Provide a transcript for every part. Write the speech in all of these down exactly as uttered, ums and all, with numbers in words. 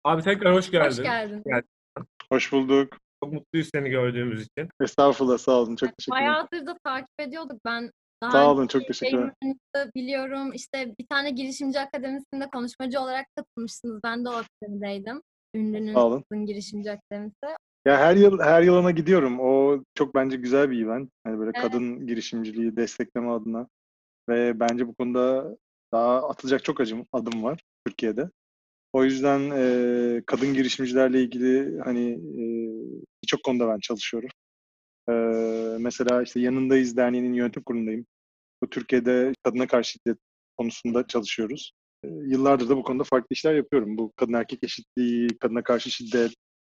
Abi tekrar hoş Hoş geldin. geldin. Gel. Hoş bulduk. Çok mutluyuz seni gördüğümüz için. Estağfurullah, sağ olun. Çok teşekkür ederim. Bayağıdır da takip ediyorduk. Ben daha Sağ önce olun, çok teşekkürler. yayınlarınızı biliyorum. İşte bir tane girişimci akademisinde konuşmacı olarak katılmışsınız. Ben de o akademideydim. Ünlü'nün Sağ olun. Kadın Girişimci Akademisi. Ya her yıl her yıl ona gidiyorum. O çok bence güzel bir event. Hani böyle Evet. kadın girişimciliği destekleme adına ve bence bu konuda daha atılacak çok adım, adım var Türkiye'de. O yüzden e, kadın girişimcilerle ilgili hani e, birçok konuda ben çalışıyorum. E, mesela işte Yanındayız Derneği'nin yönetim kurulundayım. Bu Türkiye'de kadına karşı şiddet konusunda çalışıyoruz. E, yıllardır da bu konuda farklı işler yapıyorum. Bu kadın erkek eşitliği, kadına karşı şiddet,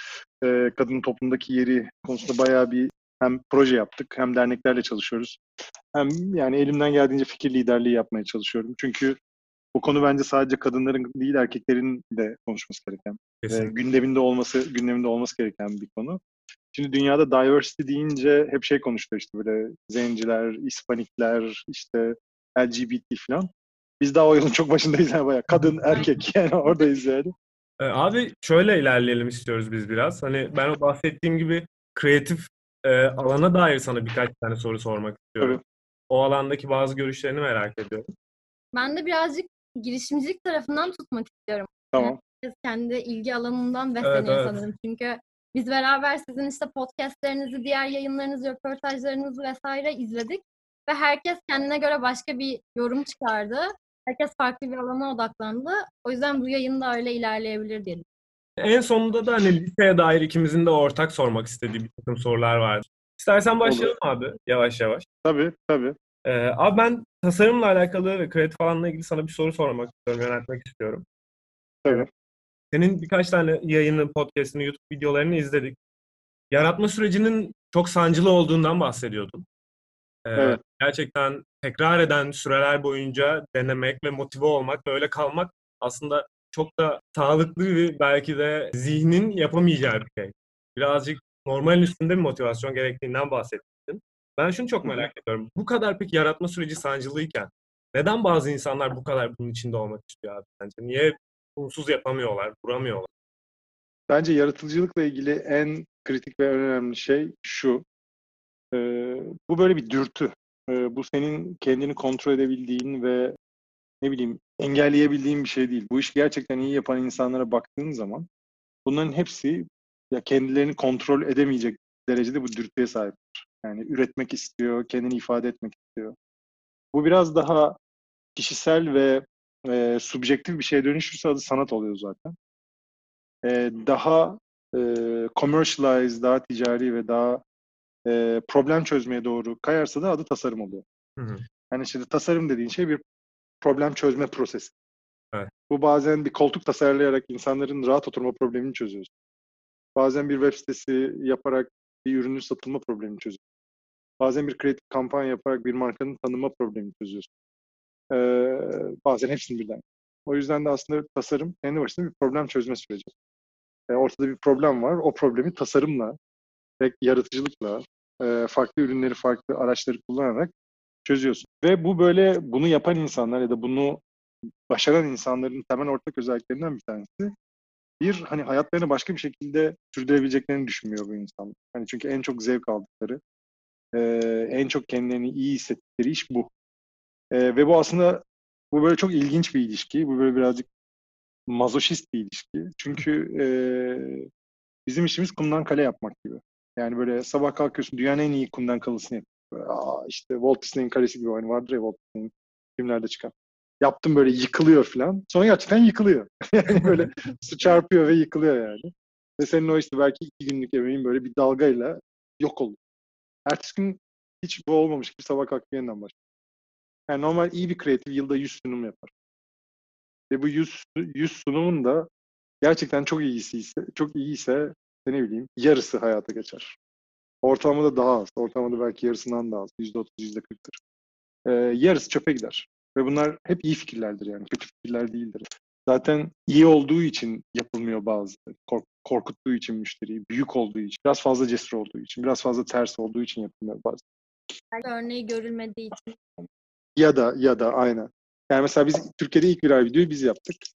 e, kadının toplumdaki yeri konusunda bayağı bir hem proje yaptık hem derneklerle çalışıyoruz. Hem yani elimden geldiğince fikir liderliği yapmaya çalışıyorum. Çünkü bu konu bence sadece kadınların değil erkeklerin de konuşması gereken ve gündeminde olması gündeminde olması gereken bir konu. Şimdi dünyada diversity deyince hep şey konuşuluyor işte böyle zenciler, hispanikler, işte L G B T falan. Biz daha o yılın çok başındayız yani bayağı kadın, erkek yani oradayız yani. Ee, abi şöyle ilerleyelim istiyoruz biz biraz. Hani ben o bahsettiğim gibi kreatif e, alana dair sana birkaç tane soru sormak istiyorum. Tabii. O alandaki bazı görüşlerini merak ediyorum. Ben de birazcık girişimcilik tarafından tutmak istiyorum. Tamam. Herkes kendi ilgi alanından Evet, besleniyor evet. sanırım. Çünkü biz beraber sizin işte podcastlerinizi, diğer yayınlarınızı, röportajlarınızı vesaire izledik. Ve herkes kendine göre başka bir yorum çıkardı. Herkes farklı bir alana odaklandı. O yüzden bu yayın da öyle ilerleyebilir diye. En sonunda da hani liseye dair ikimizin de ortak sormak istediği bir takım sorular vardı. İstersen başlayalım abi yavaş yavaş. Tabii, tabii. Ee, abi ben tasarımla alakalı ve kreatif alanla ilgili sana bir soru sormak istiyorum, yöneltmek istiyorum. Tabii. Senin birkaç tane yayını, podcast'ini, YouTube videolarını izledik. Yaratma sürecinin çok sancılı olduğundan bahsediyordun. Ee, Evet. Gerçekten tekrar eden süreler boyunca denemek ve motive olmak, böyle kalmak aslında çok da sağlıklı bir belki de zihnin yapamayacağı bir şey. Birazcık normalin üstünde bir motivasyon gerektiğinden bahsettin. Ben şunu çok merak ediyorum. Bu kadar peki yaratma süreci sancılıyken neden bazı insanlar bu kadar bunun içinde olmak istiyor abi sence? Niye bunsuz yapamıyorlar, duramıyorlar? Bence yaratıcılıkla ilgili en kritik ve en önemli şey şu. E, bu böyle bir dürtü. E, bu senin kendini kontrol edebildiğin ve ne bileyim engelleyebildiğin bir şey değil. Bu işi gerçekten iyi yapan insanlara baktığın zaman bunların hepsi ya kendilerini kontrol edemeyecek derecede bu dürtüye sahiptir. Yani üretmek istiyor, kendini ifade etmek istiyor. Bu biraz daha kişisel ve e, subjektif bir şeye dönüşürse adı sanat oluyor zaten. E, daha e, commercialized, daha ticari ve daha e, problem çözmeye doğru kayarsa da adı tasarım oluyor. Hı hı. Yani şimdi tasarım dediğin şey bir problem çözme prosesi. Evet. Bu bazen bir koltuk tasarlayarak insanların rahat oturma problemini çözüyorsun. Bazen bir web sitesi yaparak bir ürünün satılma problemini çözüyorsun. Bazen bir kreatif kampanya yaparak bir markanın tanınma problemini çözüyorsun. Ee, bazen hepsini birden. O yüzden de aslında tasarım kendi başına bir problem çözme süreci. Ee, ortada bir problem var. O problemi tasarımla ve yaratıcılıkla, e, farklı ürünleri, farklı araçları kullanarak çözüyorsun. Ve bu böyle bunu yapan insanlar ya da bunu başaran insanların temel ortak özelliklerinden bir tanesi. Bir, hani hayatlarını başka bir şekilde sürdürebileceklerini düşünmüyor bu insanlar. Hani çünkü en çok zevk aldıkları, e, en çok kendilerini iyi hissettikleri iş bu. E, ve bu aslında bu böyle çok ilginç bir ilişki. Bu böyle birazcık mazoşist bir ilişki. Çünkü e, bizim işimiz kumdan kale yapmak gibi. Yani böyle sabah kalkıyorsun dünyanın en iyi kumdan kalesini yapıyorsun. Aa, işte Walt Disney'in karesi gibi oyun vardır ya Walt Disney'in filmlerde çıkan. Yaptım böyle yıkılıyor falan. Sonra gerçekten yıkılıyor. Yani böyle su çarpıyor ve yıkılıyor yani. Ve senin o işte belki iki günlük emeğin böyle bir dalgayla yok oluyor. Ertesi gün hiç bu olmamış gibi sabah kalkıp yeniden başlıyor. Yani normal iyi bir kreatif yılda yüz sunum yapar. Ve bu yüz, yüz sunumun da gerçekten çok iyisi ise, çok iyiyse ne bileyim yarısı hayata geçer. Ortalamada daha az. Ortalamada belki yarısından daha az. yüzde otuz, yüzde kırktır. Ee, yarısı çöpe gider. Ve bunlar hep iyi fikirlerdir yani. Kötü fikirler değildir. Zaten iyi olduğu için yapılmıyor bazı. Kork- korkuttuğu için müşteriyi, büyük olduğu için, biraz fazla cesur olduğu için, biraz fazla ters olduğu için yapılmıyor bazı. Örneği görülmediği için. Ya da ya da aynen. Yani mesela biz Türkiye'de ilk viral videoyu biz yaptık.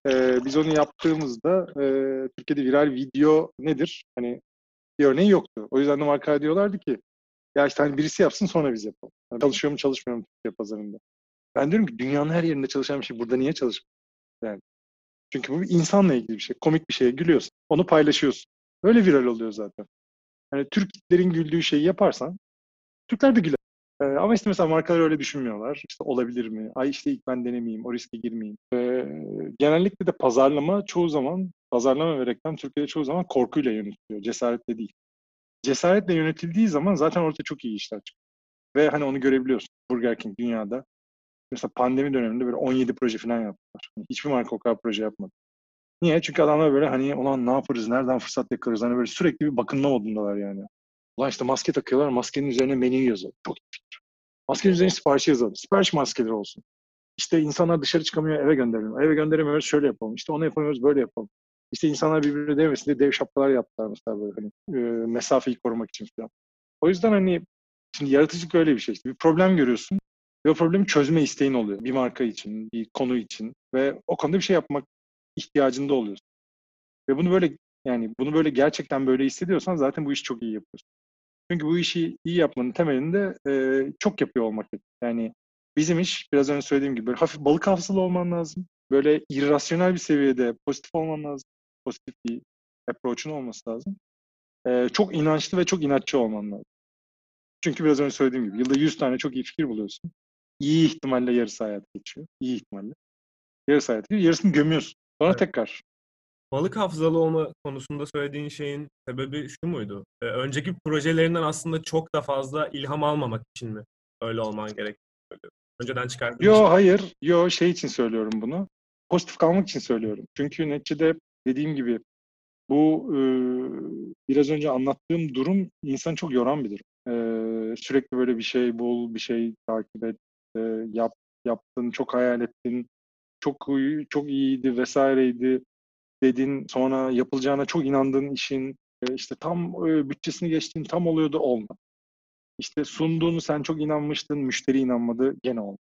Ee, biz onu yaptığımızda e, Türkiye'de viral video nedir? Hani bir örneği yoktu. O yüzden de markalar diyorlardı ki ya işte hani birisi yapsın sonra biz yapalım. Yani çalışıyor mu çalışmıyor mu Türkiye pazarında? Ben diyorum ki dünyanın her yerinde çalışan bir şey burada niye çalışmıyor? Yani. Çünkü bu bir insanla ilgili bir şey. Komik bir şeye gülüyorsun. Onu paylaşıyorsun. Öyle viral oluyor zaten. Yani Türklerin güldüğü şeyi yaparsan Türkler de güler. Ee, ama işte mesela markalar öyle düşünmüyorlar. İşte olabilir mi? Ay işte ilk ben denemeyeyim, o riske girmeyeyim. Ee, genellikle de pazarlama çoğu zaman, pazarlama ve reklam Türkiye'de çoğu zaman korkuyla yönetiliyor. Cesaretle değil. Cesaretle yönetildiği zaman zaten ortaya çok iyi işler çıkıyor. Ve hani onu görebiliyorsun. Burger King dünyada. Mesela pandemi döneminde böyle on yedi proje falan yaptılar. Yani hiçbir marka o kadar proje yapmadı. Niye? Çünkü adamlar böyle hani ulan ne yaparız, nereden fırsat yakarız? Hani böyle sürekli bir bakınma modundalar yani. Ulan işte maske takıyorlar, maskenin üzerine menü yazıyor. Çok iyi fikir. Maskenin üzerine siparişi yazalım. Sipariş maskeleri olsun. İşte insanlar dışarı çıkamıyor, eve gönderelim. Eve gönderemiyoruz, şöyle yapalım. İşte onu yapamıyoruz, böyle yapalım. İşte insanlar birbirine değmesin diye dev şapkalar yaptılar mesela böyle hani e, mesafeyi korumak için falan. O yüzden hani şimdi yaratıcılık öyle bir şey. İşte bir problem görüyorsun ve o problemi çözme isteğin oluyor. Bir marka için, bir konu için ve o konuda bir şey yapmak ihtiyacında oluyorsun. Ve bunu böyle yani bunu böyle gerçekten böyle hissediyorsan zaten bu işi çok iyi yapıyorsun. Çünkü bu işi iyi yapmanın temelinde e, çok yapıyor olmak. Yani bizim iş biraz önce söylediğim gibi böyle hafif balık hafızalı olman lazım. Böyle irrasyonel bir seviyede pozitif olman lazım. Pozitif bir approach'un olması lazım. E, çok inançlı ve çok inatçı olman lazım. Çünkü biraz önce söylediğim gibi yılda yüz tane çok iyi fikir buluyorsun. İyi ihtimalle yarısı hayata geçiyor. İyi ihtimalle. Yarısı hayata geçiyor. Yarısını gömüyorsun. Sonra Evet. tekrar. Balık hafızalı olma konusunda söylediğin şeyin sebebi şu muydu? Ee, önceki projelerinden aslında çok da fazla ilham almamak için mi öyle olman gerektiğini söylüyorsun? Önceden çıkardığın bir şey. Yo hayır. Yo şey için söylüyorum bunu. Pozitif kalmak için söylüyorum. Çünkü neticede dediğim gibi bu e, biraz önce anlattığım durum insan çok yoran bir durum. E, sürekli böyle bir şey bul, bir şey takip et, e, yap, yaptın, çok hayal ettin, çok iyi- çok iyiydi vesaireydi dedin. Sonra yapılacağına çok inandığın işin e, işte tam e, bütçesini geçtin, tam oluyordu olmadı. İşte sunduğunu sen çok inanmıştın, müşteri inanmadı, gene olmadı.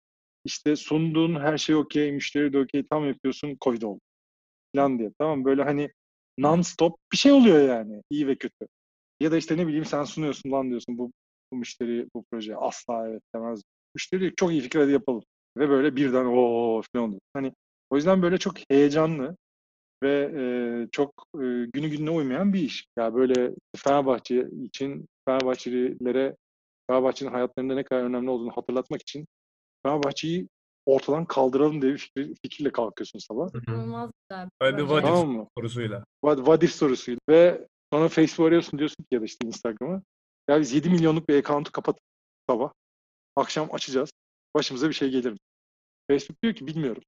İşte sunduğun her şey okey, müşteri de okey, tam yapıyorsun, Covid oldu falan diye. Tamam böyle hani non-stop bir şey oluyor yani, iyi ve kötü. Ya da işte ne bileyim sen sunuyorsun lan diyorsun bu, bu müşteri bu projeye asla evet demez. Müşteri diyor, çok iyi fikir hadi yapalım. Ve böyle birden o falan oluyor. Hani o yüzden böyle çok heyecanlı ve e, çok e, günü gününe uymayan bir iş. Ya böyle Fenerbahçe için Fenerbahçelilere Fenerbahçe'nin hayatlarında ne kadar önemli olduğunu hatırlatmak için Fenerbahçe'yi ortadan kaldıralım diye bir fikir, fikirle kalkıyorsun sabah. Hı hı. İnanılmaz güzel bir Öyle bir proje. what if Tamam mı? sorusuyla. What, what if sorusuyla. Ve sonra Facebook'u arıyorsun diyorsun ki ya da işte Instagram'a. Ya biz yedi milyonluk bir account'u kapat sabah. Akşam açacağız. Başımıza bir şey gelir mi? Facebook diyor ki bilmiyorum.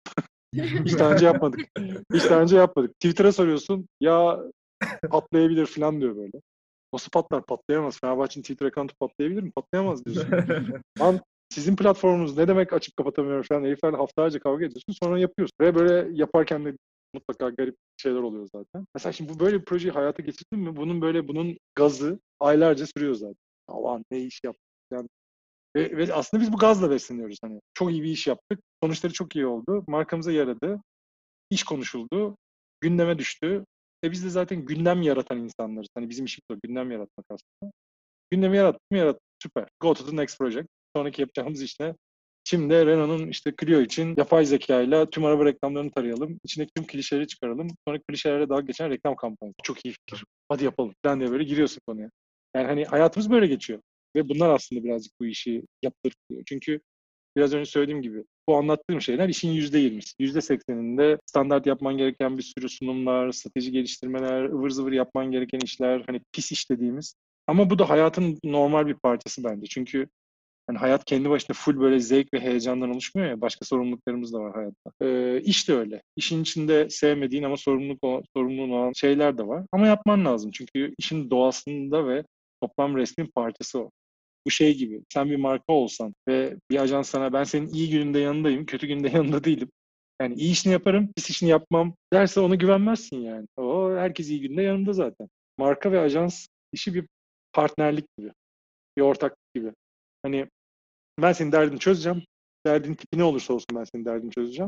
Hiç daha önce yapmadık. Hiç daha önce yapmadık. Twitter'a soruyorsun. Ya patlayabilir falan diyor böyle. Nasıl patlar? Patlayamaz. Fenerbahçe'nin Twitter account'u patlayabilir mi? Patlayamaz diyorsun. Lan sizin platformunuz ne demek açıp kapatamıyorum falan. Heriflerle haftalarca kavga ediyorsun. Sonra yapıyorsun. Ve böyle yaparken de mutlaka garip şeyler oluyor zaten. Mesela şimdi bu böyle bir projeyi hayata geçirdin mi? Bunun böyle bunun gazı aylarca sürüyor zaten. Aman ne iş yaptık yani. Ve, ve aslında biz bu gazla besleniyoruz. Hani çok iyi bir iş yaptık. Sonuçları çok iyi oldu. Markamıza yaradı. İş konuşuldu. Gündeme düştü. E biz de zaten gündem yaratan insanlarız. Hani bizim işimiz o. Gündem yaratmak aslında. Gündemi yarattım mı yarattım. Süper. Go to the next project. Sonraki yapacağımız iş ne? Şimdi Renault'un işte Clio için yapay zeka ile tüm araba reklamlarını tarayalım. İçindeki tüm klişeleri çıkaralım. Sonra klişelerle dalga geçen reklam kampanyası. Çok iyi fikir. Hadi yapalım. Falan diye böyle giriyorsun konuya. Yani hani hayatımız böyle geçiyor. Ve bunlar aslında birazcık bu işi yaptırtıyor. Çünkü biraz önce söylediğim gibi bu anlattığım şeyler işin yüzde yirmisi. Yüzde sekseninde standart yapman gereken bir sürü sunumlar, strateji geliştirmeler, ıvır zıvır yapman gereken işler, hani pis iş dediğimiz. Ama bu da hayatın normal bir parçası bence. Çünkü hani hayat kendi başına full böyle zevk ve heyecandan oluşmuyor ya. Başka sorumluluklarımız da var hayatta. Ee, iş de öyle. İşin içinde sevmediğin ama sorumluluk olan, sorumluluğun olan şeyler de var. Ama yapman lazım. Çünkü işin doğasında ve toplam resmin parçası o. Bu şey gibi. Sen bir marka olsan ve bir ajans sana ben senin iyi gününde yanındayım, kötü günde yanında değilim. Yani iyi işini yaparım, pis işini yapmam derse ona güvenmezsin yani. O herkes iyi günde yanında zaten. Marka ve ajans işi bir partnerlik gibi, bir ortaklık gibi. Hani ben senin derdini çözeceğim. Derdin tipi ne olursa olsun ben senin derdini çözeceğim.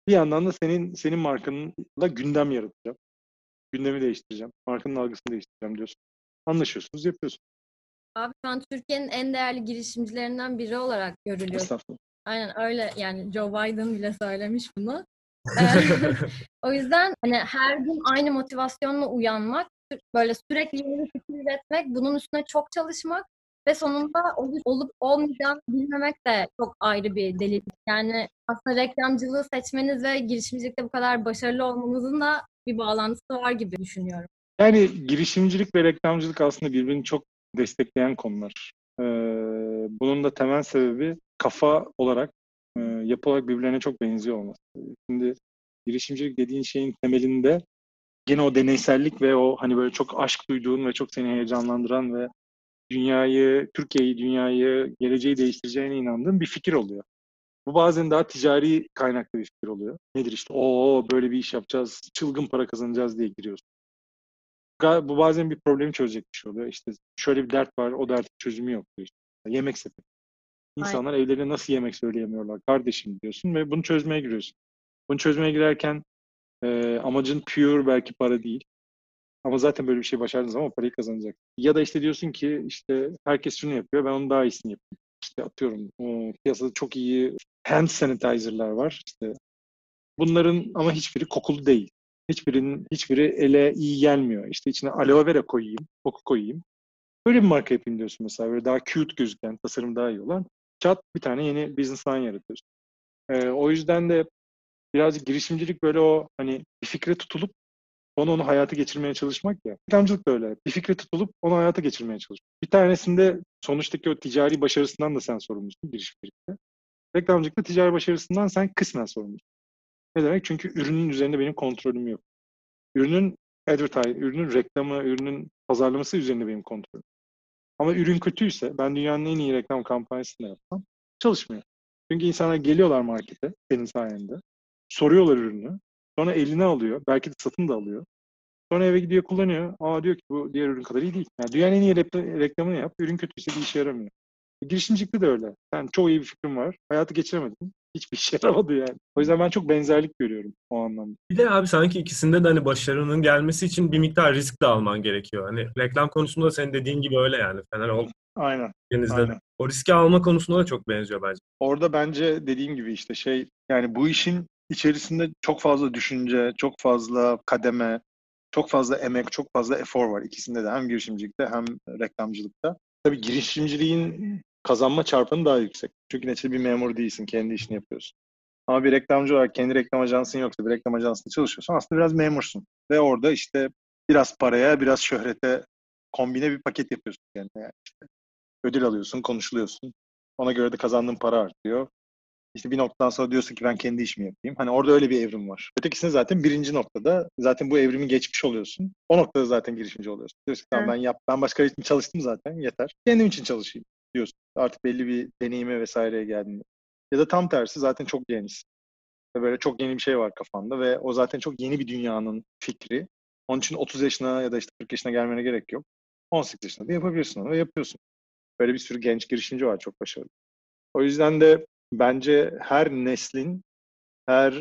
Bir yandan da senin senin markanla gündem yaratacağım. Gündemi değiştireceğim. Markanın algısını değiştireceğim diyorsun. Anlaşıyorsunuz, yapıyorsunuz. Abi şu an Türkiye'nin en değerli girişimcilerinden biri olarak görülüyor. Estağfurullah. Aynen öyle, yani Joe Biden bile söylemiş bunu. Ee, O yüzden hani her gün aynı motivasyonla uyanmak, böyle sürekli yeni bir fikir üretmek, bunun üstüne çok çalışmak ve sonunda olup, olup olmayacağını bilmemek de çok ayrı bir delilik. Yani aslında reklamcılığı seçmeniz ve girişimcilikte bu kadar başarılı olmanızın da bir bağlantısı var gibi düşünüyorum. Yani girişimcilik ve reklamcılık aslında birbirini çok destekleyen konular. Ee, bunun da temel sebebi kafa olarak, e, yapı olarak birbirlerine çok benziyor olması. Şimdi girişimcilik dediğin şeyin temelinde gene o deneysellik ve o hani böyle çok aşk duyduğun ve çok seni heyecanlandıran ve dünyayı, Türkiye'yi, dünyayı, geleceği değiştireceğine inandığın bir fikir oluyor. Bu bazen daha ticari kaynaklı bir fikir oluyor. Nedir işte, o böyle bir iş yapacağız, çılgın para kazanacağız diye giriyorsun. Bu bazen bir problemi çözecek bir şey oluyor. İşte şöyle bir dert var, o dertin çözümü yok diyor. İşte yemek sepeti. İnsanlar evlerine nasıl yemek söyleyemiyorlar kardeşim diyorsun ve bunu çözmeye giriyorsun. Bunu çözmeye girerken e, amacın pure belki para değil. Ama zaten böyle bir şey başardığın zaman o parayı kazanacak. Ya da işte diyorsun ki işte herkes şunu yapıyor, ben onun daha iyisini yapayım. İşte atıyorum, e, piyasada çok iyi hand sanitizer'lar var. İşte bunların ama hiçbiri kokulu değil. Hiçbirinin hiçbiri ele iyi gelmiyor. İşte içine aloe vera koyayım, koku koyayım. Böyle bir marka yapayım diyorsun mesela. Böyle daha cute gözüken, tasarım daha iyi olan. Çat bir tane yeni business line yaratıyorsun. Ee, o yüzden de birazcık girişimcilik böyle o hani bir fikre tutulup onu onu hayata geçirmeye çalışmak ya. Reklamcılık da öyle. Bir fikre tutulup onu hayata geçirmeye çalışmak. Bir tanesinde sonuçtaki o ticari başarısından da sen sorumlusun girişimcilikte. Reklamcılıkta ticari başarısından sen kısmen sorumlusun. Ne demek? Çünkü ürünün üzerinde benim kontrolüm yok. Ürünün advertise, ürünün reklamı, ürünün pazarlaması üzerinde benim kontrolüm. Ama ürün kötüyse ben dünyanın en iyi reklam kampanyasını da yapsam çalışmıyor. Çünkü insanlar geliyorlar markete senin sayende. Soruyorlar ürünü. Sonra eline alıyor. Belki de satın da alıyor. Sonra eve gidiyor kullanıyor. Aa diyor ki bu diğer ürün kadar iyi değil. Yani dünyanın en iyi rekl- reklamını yap. Ürün kötüyse bir işe yaramıyor. E, girişimcilikte de öyle. Yani çoğu iyi bir fikrim var. Hayatı geçiremedin. Hiçbir işe yaramadı yani. O yüzden ben çok benzerlik görüyorum o anlamda. Bir de abi sanki ikisinde de hani başarının gelmesi için bir miktar risk de alman gerekiyor. Hani reklam konusunda da senin dediğin gibi öyle yani. Fener Aynen. Oldeniz'de de. Aynen. O riski alma konusunda da çok benziyor bence. Orada bence dediğim gibi işte şey, yani bu işin içerisinde çok fazla düşünce, çok fazla kademe, çok fazla emek, çok fazla efor var. İkisinde de, hem girişimcilikte hem reklamcılıkta. Tabii girişimciliğin kazanma çarpanı daha yüksek. Çünkü neticede bir memur değilsin, kendi işini yapıyorsun. Ama bir reklamcı olarak kendi reklam ajansın yoksa, bir reklam ajansında çalışıyorsan aslında biraz memursun. Ve orada işte biraz paraya, biraz şöhrete kombine bir paket yapıyorsun kendine yani. Ödül alıyorsun, konuşuluyorsun. Ona göre de kazandığın para artıyor. İşte bir noktadan sonra diyorsun ki ben kendi işimi yapayım. Hani orada öyle bir evrim var. Ötekisinde zaten birinci noktada zaten bu evrimi geçmiş oluyorsun. O noktada zaten girişimci oluyorsun. Diyorsun ki tamam, ben yap, ben başka için çalıştım zaten, yeter. Kendim için çalışayım diyorsun. Artık belli bir deneyime vesaireye geldiğinde. Ya da tam tersi, zaten çok gençsin. Ve böyle çok yeni bir şey var kafanda ve o zaten çok yeni bir dünyanın fikri. Onun için otuz yaşına ya da işte kırk yaşına gelmene gerek yok. on sekiz yaşında da yapabilirsin onu ve yapıyorsun. Böyle bir sürü genç girişimci var, çok başarılı. O yüzden de bence her neslin, her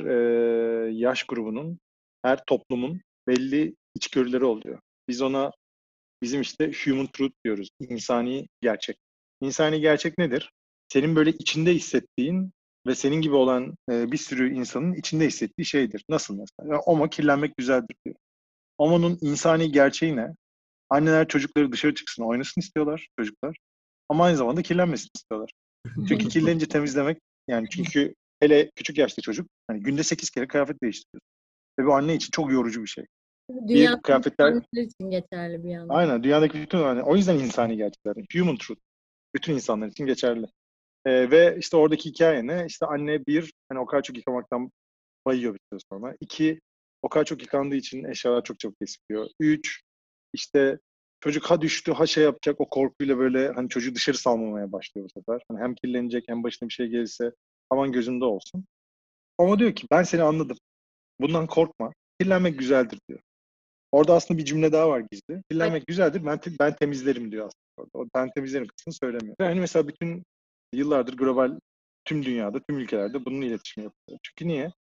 e, yaş grubunun, her toplumun belli içgörüleri oluyor. Biz ona, bizim işte human truth diyoruz. İnsani gerçek. İnsani gerçek nedir? Senin böyle içinde hissettiğin ve senin gibi olan e, bir sürü insanın içinde hissettiği şeydir. Nasıl mesela? Ya, Oma kirlenmek güzeldir diyor. Oma'nın insani gerçeği ne? Anneler çocukları dışarı çıksın, oynasın istiyorlar çocuklar. Ama aynı zamanda kirlenmesin istiyorlar. Çünkü kirlenince temizlemek, yani çünkü hele küçük yaşta çocuk hani günde sekiz kere kıyafet değiştiriyor. Ve bu anne için çok yorucu bir şey. Bir, Dünyanın kıyafetler, insanları için geçerli bir yandan. aynen dünyadaki bütün, hani o yüzden insani gerçekler. Human truth. Bütün insanlar için geçerli. Ee, ve işte oradaki hikaye ne? İşte anne bir, hani o kadar çok yıkamaktan bayıyor bir süre sonra. İki, o kadar çok yıkandığı için eşyalar çok çabuk eskiyor. Üç, işte çocuk ha düştü ha şey yapacak, o korkuyla böyle hani çocuğu dışarı salmamaya başlıyor bu sefer. Hani hem kirlenecek hem başına bir şey gelirse aman gözünde olsun. Ama diyor ki ben seni anladım. Bundan korkma. Kirlenmek güzeldir diyor. Orada aslında bir cümle daha var gizli. Kirlenmek güzeldir, ben, te- ben temizlerim diyor aslında. Orada. O ben temizlerim kısmını söylemiyor. Yani mesela bütün yıllardır global, tüm dünyada, tüm ülkelerde bunun iletişimi yapıyor. Çünkü niye?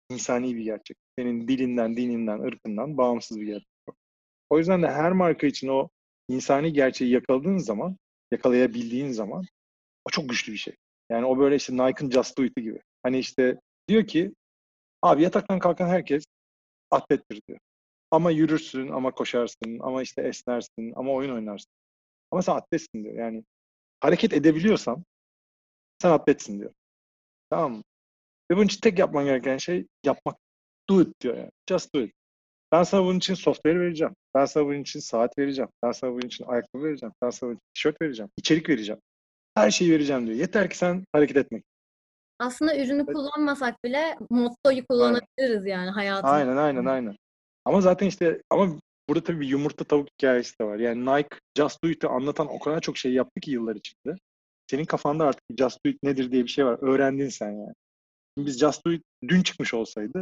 insani bir gerçek. Senin dilinden, dininden, ırkından bağımsız bir gerçek. O yüzden de her marka için o insani gerçeği yakaladığın zaman, yakalayabildiğin zaman o çok güçlü bir şey. Yani o böyle işte Nike'ın Just Do It'i gibi. Hani işte diyor ki abi yataktan kalkan herkes atlettir diyor. Ama yürürsün, ama koşarsın, ama işte esnersin, ama oyun oynarsın. Ama sen atletsin diyor. Yani hareket edebiliyorsan sen atletsin diyor. Tamam mı? Ve bunun için tek yapman gereken şey yapmak. Do it diyor yani. Just do it. Ben sana bunun için software vereceğim. Ben sana bunun için saat vereceğim. Ben sana bunun için ayakkabı vereceğim. Ben sana bunun için tişört vereceğim. İçerik vereceğim. Her şeyi vereceğim diyor. Yeter ki sen hareket etmek. Aslında ürünü Evet. kullanmasak bile mottoyu kullanabiliriz yani hayatımızda. Aynen aynen aynen. Ama zaten işte ama burada tabii bir yumurta tavuk hikayesi de var. Yani Nike Just Do It'i anlatan o kadar çok şey yaptı ki yıllar içinde. Senin kafanda artık Just Do It nedir diye bir şey var. Öğrendin sen yani. Şimdi biz Just Do It dün çıkmış olsaydı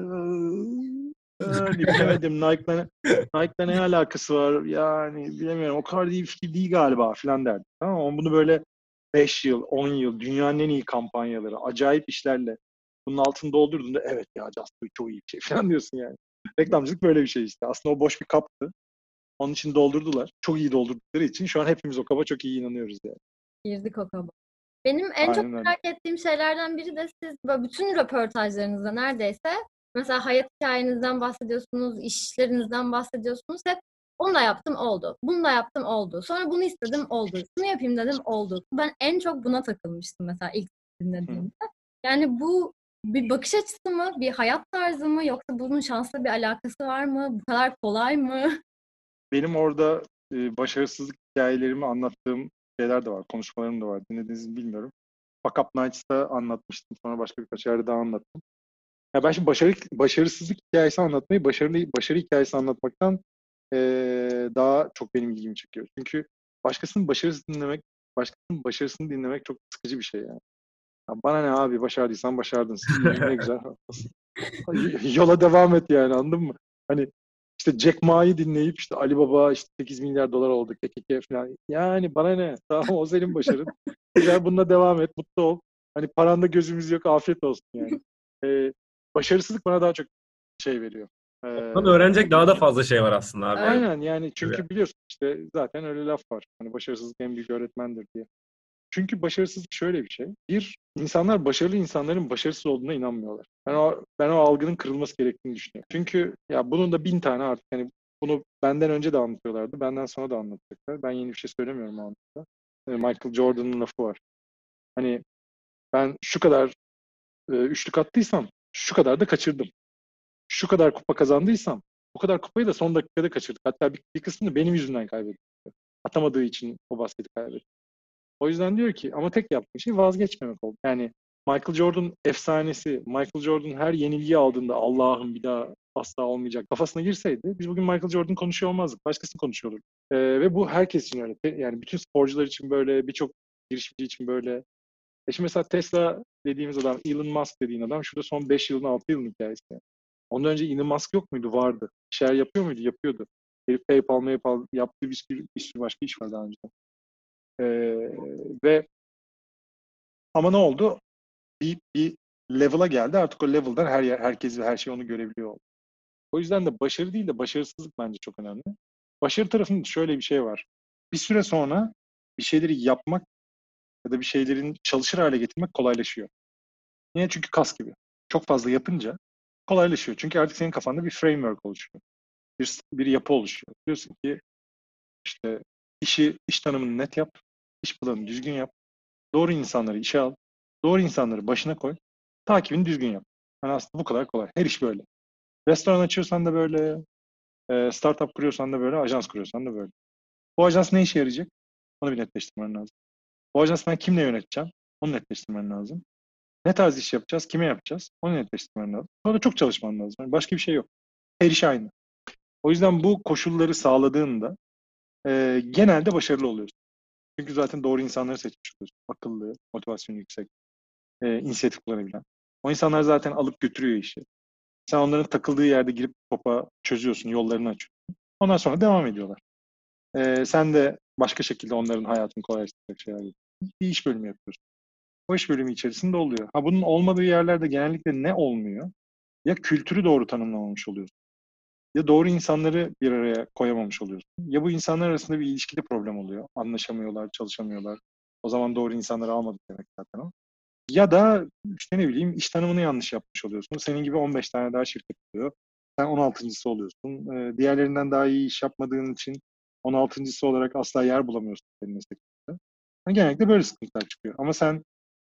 yani bilemedim Nike'la Nike'la ne alakası var yani bilemiyorum o kadar iyi bir fikir değil galiba falan derdik. Tamam ama bunu böyle beş yıl, on yıl dünyanın en iyi kampanyaları, acayip işlerle bunun altını doldurduğunda evet ya Just Do It çok iyi bir şey falan diyorsun yani. Reklamcılık böyle bir şey işte. Aslında o boş bir kaptı. Onun için doldurdular. Çok iyi doldurdukları için şu an hepimiz o kaba çok iyi inanıyoruz yani. Girdik o kaba. Benim en çok Aynen öyle. merak ettiğim şeylerden biri de siz böyle bütün röportajlarınızda neredeyse mesela hayat hikayenizden bahsediyorsunuz, işlerinizden bahsediyorsunuz. Hep onu da yaptım oldu. Bunu da yaptım oldu. Sonra bunu istedim oldu. Şunu yapayım dedim oldu. Ben en çok buna takılmıştım mesela ilk dinlediğimde. Yani bu bir bakış açısı mı, bir hayat tarzı mı yoksa bunun şansla bir alakası var mı? Bu kadar kolay mı? Benim orada e, başarısızlık hikayelerimi anlattığım şeyler de var. Konuşmalarım da var. Dinlediğinizi mi bilmiyorum. Fuck Up Nights'ta anlatmıştım. Sonra başka birkaç yerde daha anlattım. Ya ben şimdi başarı, başarısızlık hikayesi anlatmayı başarılı başarı hikayesi anlatmaktan e, daha çok benim ilgimi çekiyor. Çünkü başkasının başarısını dinlemek, başkasının başarısını dinlemek çok sıkıcı bir şey yani. Ya bana ne abi başardıysan başardın. İyi, ne güzel. Yola devam et yani anladın mı? Hani işte Jack Ma'yı dinleyip işte Ali Baba işte sekiz milyar dolar oldu K K K falan. Yani bana ne? Tamam o senin başarın. Güzel bununla devam et. Mutlu ol. Hani paranda gözümüz yok. Afiyet olsun yani. Ee, başarısızlık bana daha çok şey veriyor. Ee, Ondan öğrenecek daha da fazla şey var aslında abi. aynen yani çünkü Evet. biliyorsun işte zaten öyle laf var. Hani başarısızlık en büyük öğretmendir diye. Çünkü başarısızlık şöyle bir şey. Bir, insanlar başarılı insanların başarısız olduğuna inanmıyorlar. Ben o, ben o algının kırılması gerektiğini düşünüyorum. Çünkü ya bunun da bin tane artık hani bunu benden önce de anlatıyorlardı. Benden sonra da anlatacaklar. Ben yeni bir şey söylemiyorum o anlamda. Michael Jordan'ın lafı var. Hani ben şu kadar e, üçlük attıysam şu kadar da kaçırdım. Şu kadar kupa kazandıysam bu kadar kupayı da son dakikada kaçırdık. Hatta bir, bir kısmını benim yüzümden kaybettik. Atamadığı için o basketi kaybetti. O yüzden diyor ki ama tek yaptığı şey vazgeçmemek oldu. Yani Michael Jordan efsanesi, Michael Jordan her yenilgiyi aldığında Allah'ım bir daha asla olmayacak kafasına girseydi biz bugün Michael Jordan konuşuyor olmazdık. Başkasını konuşuyor olurduk. Ee, ve bu herkes için öyle. Yani bütün sporcular için böyle, birçok girişimci için böyle. E şimdi mesela Tesla dediğimiz adam, Elon Musk dediğin adam şurada son beş yılın, altı yılın hikayesi. Yani. Ondan önce Elon Musk yok muydu? Vardı. Bir şeyler yapıyor muydu? Yapıyordu. Herif PayPal, PayPal yaptığı bir sürü, bir sürü başka iş var daha önce. Ee, ve ama ne oldu? Bir, bir level'a geldi. Artık o level'dan her yer, herkes ve her şey onu görebiliyor oldu. O yüzden de başarı değil de başarısızlık bence çok önemli. Başarı tarafında şöyle bir şey var. Bir süre sonra bir şeyleri yapmak ya da bir şeylerin çalışır hale getirmek kolaylaşıyor. Niye? Çünkü kas gibi. Çok fazla yapınca kolaylaşıyor. Çünkü artık senin kafanda bir framework oluşuyor. Bir, bir yapı oluşuyor. Diyorsun ki işte işi, iş tanımını net yap, iş planını düzgün yap, doğru insanları işe al, doğru insanları başına koy, takibini düzgün yap. Yani aslında bu kadar kolay. Her iş böyle. Restoran açıyorsan da böyle, e, startup kuruyorsan da böyle, ajans kuruyorsan da böyle. Bu ajans ne işe yarayacak? Onu bir netleştirmen lazım. Bu ajans ben kimle yöneteceğim? Onu netleştirmen lazım. Ne tarz iş yapacağız? Kime yapacağız? Onu netleştirmen lazım. Sonra çok çalışman lazım. Yani başka bir şey yok. Her iş aynı. O yüzden bu koşulları sağladığında e, genelde başarılı oluyorsun. Çünkü zaten doğru insanları seçmiş oluyorsun. Akıllı, motivasyonu yüksek, e, inisiyatif kullanabilen. O insanlar zaten alıp götürüyor işi. Sen onların takıldığı yerde girip topa çözüyorsun, yollarını açıyorsun. Ondan sonra devam ediyorlar. E, sen de başka şekilde onların hayatını kolaylaştıracak şeyler yapıyorsun. Bir iş bölümü yapıyorsun. O iş bölümü içerisinde oluyor. Ha bunun olmadığı yerlerde genellikle ne olmuyor? Ya kültürü doğru tanımlamamış oluyorsun. Ya doğru insanları bir araya koyamamış oluyorsun. Ya bu insanlar arasında bir ilişkide problem oluyor. Anlaşamıyorlar, çalışamıyorlar. O zaman doğru insanları almadık demek zaten o. Ya da işte ne bileyim iş tanımını yanlış yapmış oluyorsun. Senin gibi on beş tane daha şirket oluyor. Sen on altıncısı oluyorsun. Ee, diğerlerinden daha iyi iş yapmadığın için on altıncısı olarak asla yer bulamıyorsun senin meslekte. Yani genellikle böyle sıkıntılar çıkıyor. Ama sen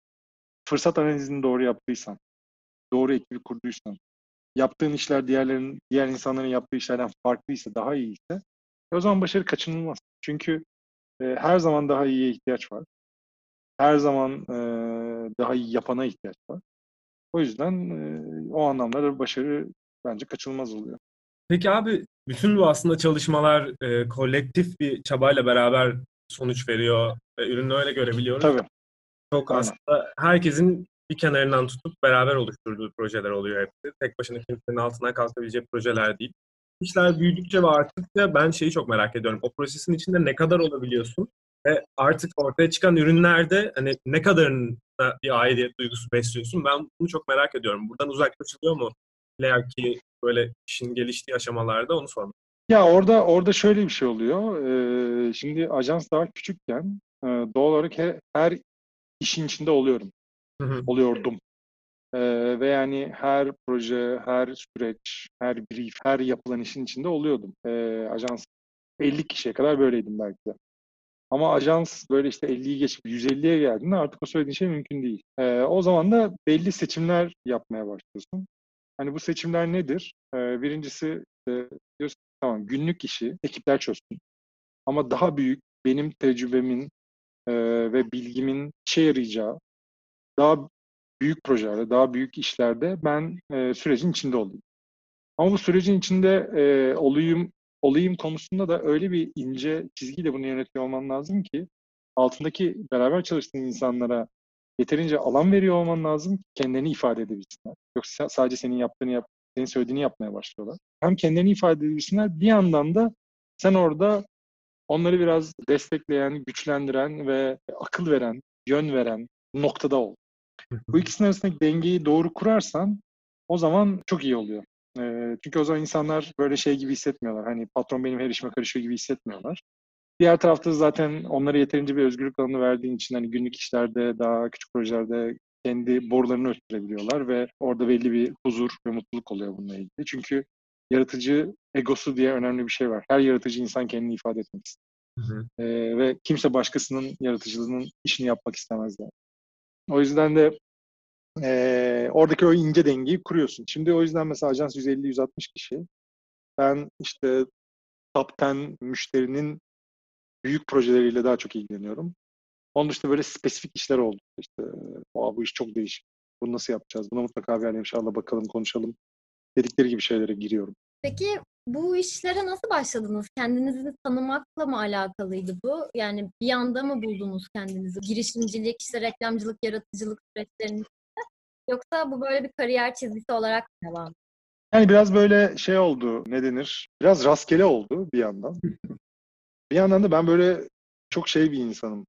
fırsat analizini doğru yaptıysan, doğru ekibi kurduysan, yaptığın işler diğerlerin, diğer insanların yaptığı işlerden farklıysa, daha iyiyse e o zaman başarı kaçınılmaz. Çünkü e, her zaman daha iyiye ihtiyaç var. Her zaman e, daha iyi yapana ihtiyaç var. O yüzden e, o anlamda da başarı bence kaçınılmaz oluyor. Peki abi bütün bu aslında çalışmalar e, kolektif bir çabayla beraber sonuç veriyor ve ürünü öyle görebiliyoruz. Tabii, Çok aynen. aslında herkesin bir kenarından tutup beraber oluşturduğu projeler oluyor hepsi. Tek başına kimsenin altından kalkabilecek projeler değil. İşler büyüdükçe ve arttıkça ben şeyi çok merak ediyorum. O prosesin içinde ne kadar olabiliyorsun ve artık ortaya çıkan ürünlerde hani ne kadarına bir aidiyet duygusu besliyorsun? Ben bunu çok merak ediyorum. Buradan uzaklaşılıyor mu? Eğer ki böyle işin geliştiği aşamalarda onu sormak. Ya orada orada şöyle bir şey oluyor. Ee, şimdi ajans daha küçükken e, doğal olarak he- her işin içinde oluyorum. Hı hı. Oluyordum. Ee, ve yani her proje, her süreç, her brief, her yapılan işin içinde oluyordum. Ee, ajans elli kişiye kadar böyleydim belki de. Ama ajans böyle işte elliyi geçip yüz elliye geldiğinde artık o söylediğin şey mümkün değil. Ee, o zaman da belli seçimler yapmaya başlıyorsun. Hani bu seçimler nedir? Ee, birincisi e, diyorsun ki, tamam günlük işi ekipler çözsün. Ama daha büyük benim tecrübemin e, ve bilgimin işe yarayacağı daha büyük projelerde, daha büyük işlerde ben e, sürecin içinde olayım. Ama bu sürecin içinde e, olayım olayım konusunda da öyle bir ince çizgiyle bunu yönetiyor olman lazım ki altındaki beraber çalıştığın insanlara yeterince alan veriyor olman lazım ki kendilerini ifade edebilsinler. Yoksa sadece senin yaptığını yap, senin söylediğini yapmaya başlıyorlar. Hem kendilerini ifade edebilsinler, bir yandan da sen orada onları biraz destekleyen, güçlendiren ve akıl veren, yön veren noktada ol. Bu ikisinin arasındaki dengeyi doğru kurarsan o zaman çok iyi oluyor. Ee, çünkü o zaman insanlar böyle şey gibi hissetmiyorlar. Hani patron benim her işime karışıyor gibi hissetmiyorlar. Diğer tarafta zaten onlara yeterince bir özgürlük alanı verdiğin için hani günlük işlerde, daha küçük projelerde kendi borularını öttürebiliyorlar ve orada belli bir huzur ve mutluluk oluyor bununla ilgili. Çünkü yaratıcı egosu diye önemli bir şey var. Her yaratıcı insan kendini ifade etmek ister. Hı hı. Ee, ve kimse başkasının yaratıcılığının işini yapmak istemez yani. O yüzden de ee, oradaki o ince dengeyi kuruyorsun. Şimdi o yüzden mesela ajans yüz elli yüz altmış kişi. Ben işte top on müşterinin büyük projeleriyle daha çok ilgileniyorum. Onun dışında böyle spesifik işler oldu. İşte bu iş çok değişik. Bunu nasıl yapacağız? Buna mutlaka bir ara inşallah bakalım, konuşalım dedikleri gibi şeylere giriyorum. Peki bu işlere nasıl başladınız? Kendinizi tanımakla mı alakalıydı bu? Yani bir anda mı buldunuz kendinizi? Girişimcilik, işte reklamcılık, yaratıcılık süreçlerinin yoksa bu böyle bir kariyer çizgisi olarak mı devam? Yani biraz böyle şey oldu, ne denir? Biraz rastgele oldu bir yandan. Bir yandan da ben böyle çok şey bir insanım.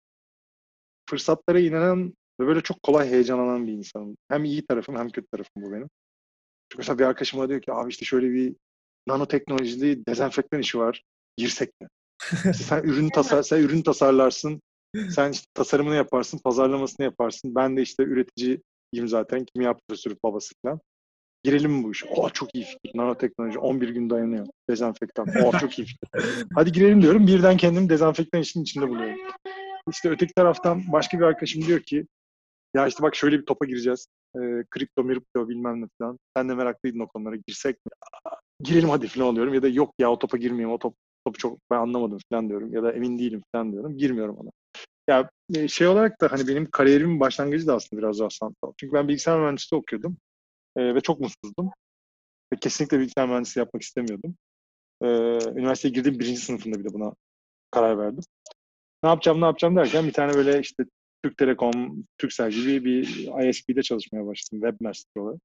Fırsatlara inanan ve böyle çok kolay heyecanlanan bir insanım. Hem iyi tarafım hem kötü tarafım bu benim. Çünkü mesela bir arkadaşım bana diyor ki abi işte şöyle bir nanoteknolojili dezenfektan işi var. Girsek mi? İşte sen ürün tasar sen ürün tasarlarsın. Sen işte tasarımını yaparsın, pazarlamasını yaparsın. Ben de işte üreticiyim zaten. Kimya profesörü babası falan. Girelim mi bu işe? Oh çok iyi fikir. Nanoteknoloji on bir gün dayanıyor. Dezenfektan. Oh çok iyi fikir. Hadi girelim diyorum. Birden kendimi dezenfektan işinin içinde buluyorum. İşte öteki taraftan başka bir arkadaşım diyor ki ya işte bak şöyle bir topa gireceğiz. E, kripto, miripto bilmem ne falan. Sen de meraklıydın o konulara. Girsek mi? Girelim hadi falan oluyorum. Ya da yok ya o topa girmeyeyim. O top, topu çok ben anlamadım falan diyorum. Ya da emin değilim falan diyorum. Girmiyorum ona. Ya e, şey olarak da hani benim kariyerimin başlangıcı da aslında biraz rastlantı. Çünkü ben bilgisayar mühendisliği okuyordum. E, ve çok mutsuzdum. Ve kesinlikle bilgisayar mühendisliği yapmak istemiyordum. E, üniversiteye girdiğim birinci sınıfında bile buna karar verdim. Ne yapacağım ne yapacağım derken bir tane böyle işte Türk Telekom, Turkcell gibi bir I S P'de çalışmaya başladım. Webmaster olarak.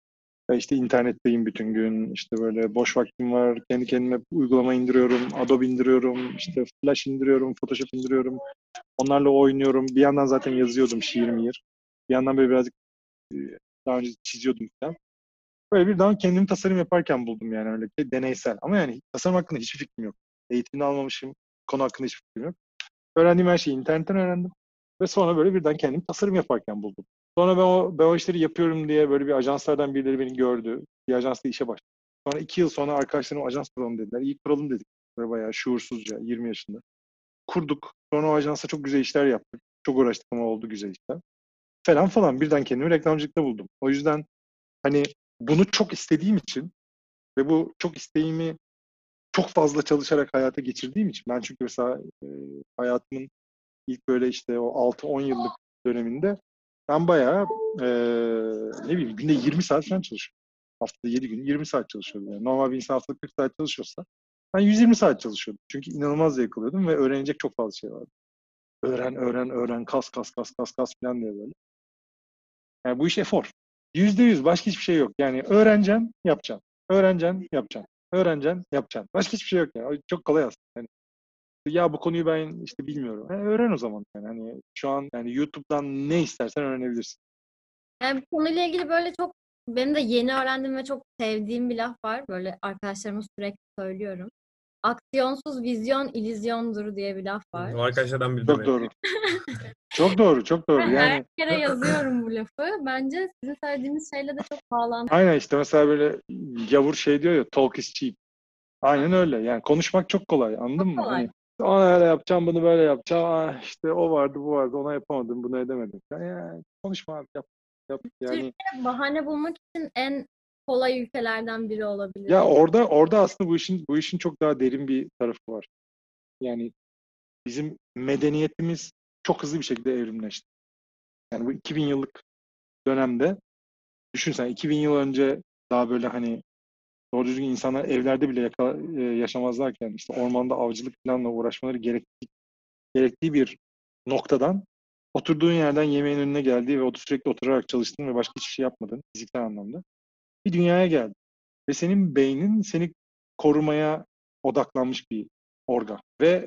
Ya işte internetteyim bütün gün. İşte böyle boş vaktim var. Kendi kendime uygulama indiriyorum. Adobe indiriyorum. İşte Flash indiriyorum. Photoshop indiriyorum. Onlarla oynuyorum. Bir yandan zaten yazıyordum şiir miyir. Bir yandan böyle birazcık daha önce çiziyordum falan. Böyle bir daha kendimi tasarım yaparken buldum yani öyle ki deneysel. Ama yani tasarım hakkında hiçbir fikrim yok. Eğitimini almamışım. Konu hakkında hiçbir fikrim yok. Öğrendiğim her şeyi internetten öğrendim. Ve sonra böyle birden kendimi tasarım yaparken buldum. Sonra ben o, ben o işleri yapıyorum diye böyle bir ajanslardan birileri beni gördü. Bir ajansla işe başladım. Sonra iki yıl sonra arkadaşlarım ajans kuralım dediler. İyi kuralım dedik. Böyle bayağı şuursuzca yirmi yaşında. Kurduk. Sonra o ajansla çok güzel işler yaptık. Çok uğraştık ama oldu güzel işler. Falan falan. Birden kendimi reklamcılıkta buldum. O yüzden hani bunu çok istediğim için ve bu çok isteğimi çok fazla çalışarak hayata geçirdiğim için ben çünkü mesela e, hayatımın ilk böyle işte o altı on yıllık döneminde ben bayağı e, ne bileyim günde yirmi saat falan çalışıyorum. Haftada yedi gün yirmi saat çalışıyordum. Yani normal bir insan haftada kırk saat çalışıyorsa ben yüz yirmi saat çalışıyordum. Çünkü inanılmaz zevk alıyordum ve öğrenecek çok fazla şey vardı. Öğren, öğren, öğren, kas, kas, kas, kas, kas falan diye böyle. Yani bu iş efor. Yüzde yüz başka hiçbir şey yok. Yani öğreneceksin, yapacaksın. Öğreneceksin, yapacaksın. Öğreneceksin, yapacaksın. Başka hiçbir şey yok yani. Çok kolay aslında. Yani, ya bu konuyu ben işte bilmiyorum. Yani öğren o zaman. Yani hani şu an yani YouTube'dan ne istersen öğrenebilirsin. Yani bu konuyla ilgili böyle çok benim de yeni öğrendiğim ve çok sevdiğim bir laf var. Böyle arkadaşlarıma sürekli söylüyorum. Aksiyonsuz vizyon illüzyondur diye bir laf var. O arkadaşlardan biri de Çok benim. doğru. Çok doğru, çok doğru. Ben her Yani yere yazıyorum bu lafı. Bence sizin söylediğiniz şeyle de çok bağlantılı. aynen işte mesela böyle Yavur şey diyor ya talk is cheap. Aynen öyle. Yani konuşmak çok kolay. Anladın mı? kolay. Hani ona öyle yapacağım, bunu böyle yapacağım. Ah, işte o vardı, bu vardı. Ona yapamadım, bunu edemedim. Yani, yani konuşma abi, yap. Yap. Yani Türkiye bahane bulmak için en kolay ülkelerden biri olabilir. ya orada orada aslında bu işin bu işin çok daha derin bir tarafı var. Yani bizim medeniyetimiz çok hızlı bir şekilde evrimleşti. Yani bu iki bin yıllık dönemde düşün sen iki bin yıl önce daha böyle hani doğru düzgün insanlar evlerde bile yaka, e, yaşamazlarken işte ormanda avcılık planla uğraşmaları gerektiği, gerektiği bir noktadan oturduğun yerden yemeğin önüne geldiği ve sürekli oturarak çalıştığın ve başka hiçbir şey yapmadığın fiziksel anlamda bir dünyaya geldin. Ve senin beynin seni korumaya odaklanmış bir organ. Ve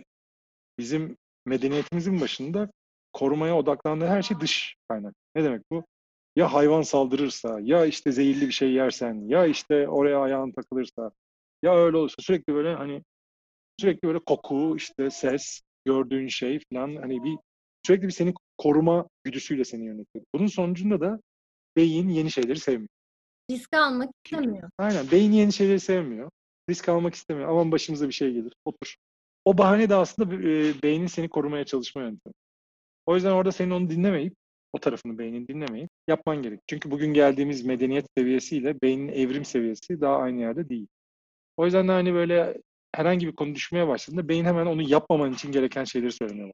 bizim medeniyetimizin başında korumaya odaklandığı her şey dış kaynak. Ne demek bu? Ya hayvan saldırırsa, ya işte zehirli bir şey yersen, ya işte oraya ayağın takılırsa, ya öyle olursa sürekli böyle hani sürekli böyle koku, işte ses, gördüğün şey falan hani bir sürekli bir seni koruma güdüsüyle seni yönetiyor. Bunun sonucunda da beyin yeni şeyleri sevmiyor. Risk almak istemiyor. Aynen. Beyin yeni şeyleri sevmiyor. Risk almak istemiyor. Aman başımıza bir şey gelir. Otur. O bahane de aslında e, beynin seni korumaya çalışma yöntemi. O yüzden orada senin onu dinlemeyip, o tarafını beynin dinlemeyip yapman gerek. Çünkü bugün geldiğimiz medeniyet seviyesiyle beynin evrim seviyesi daha aynı yerde değil. O yüzden de hani böyle herhangi bir konu düşmeye başladığında beyin hemen onu yapmaman için gereken şeyleri söylüyor.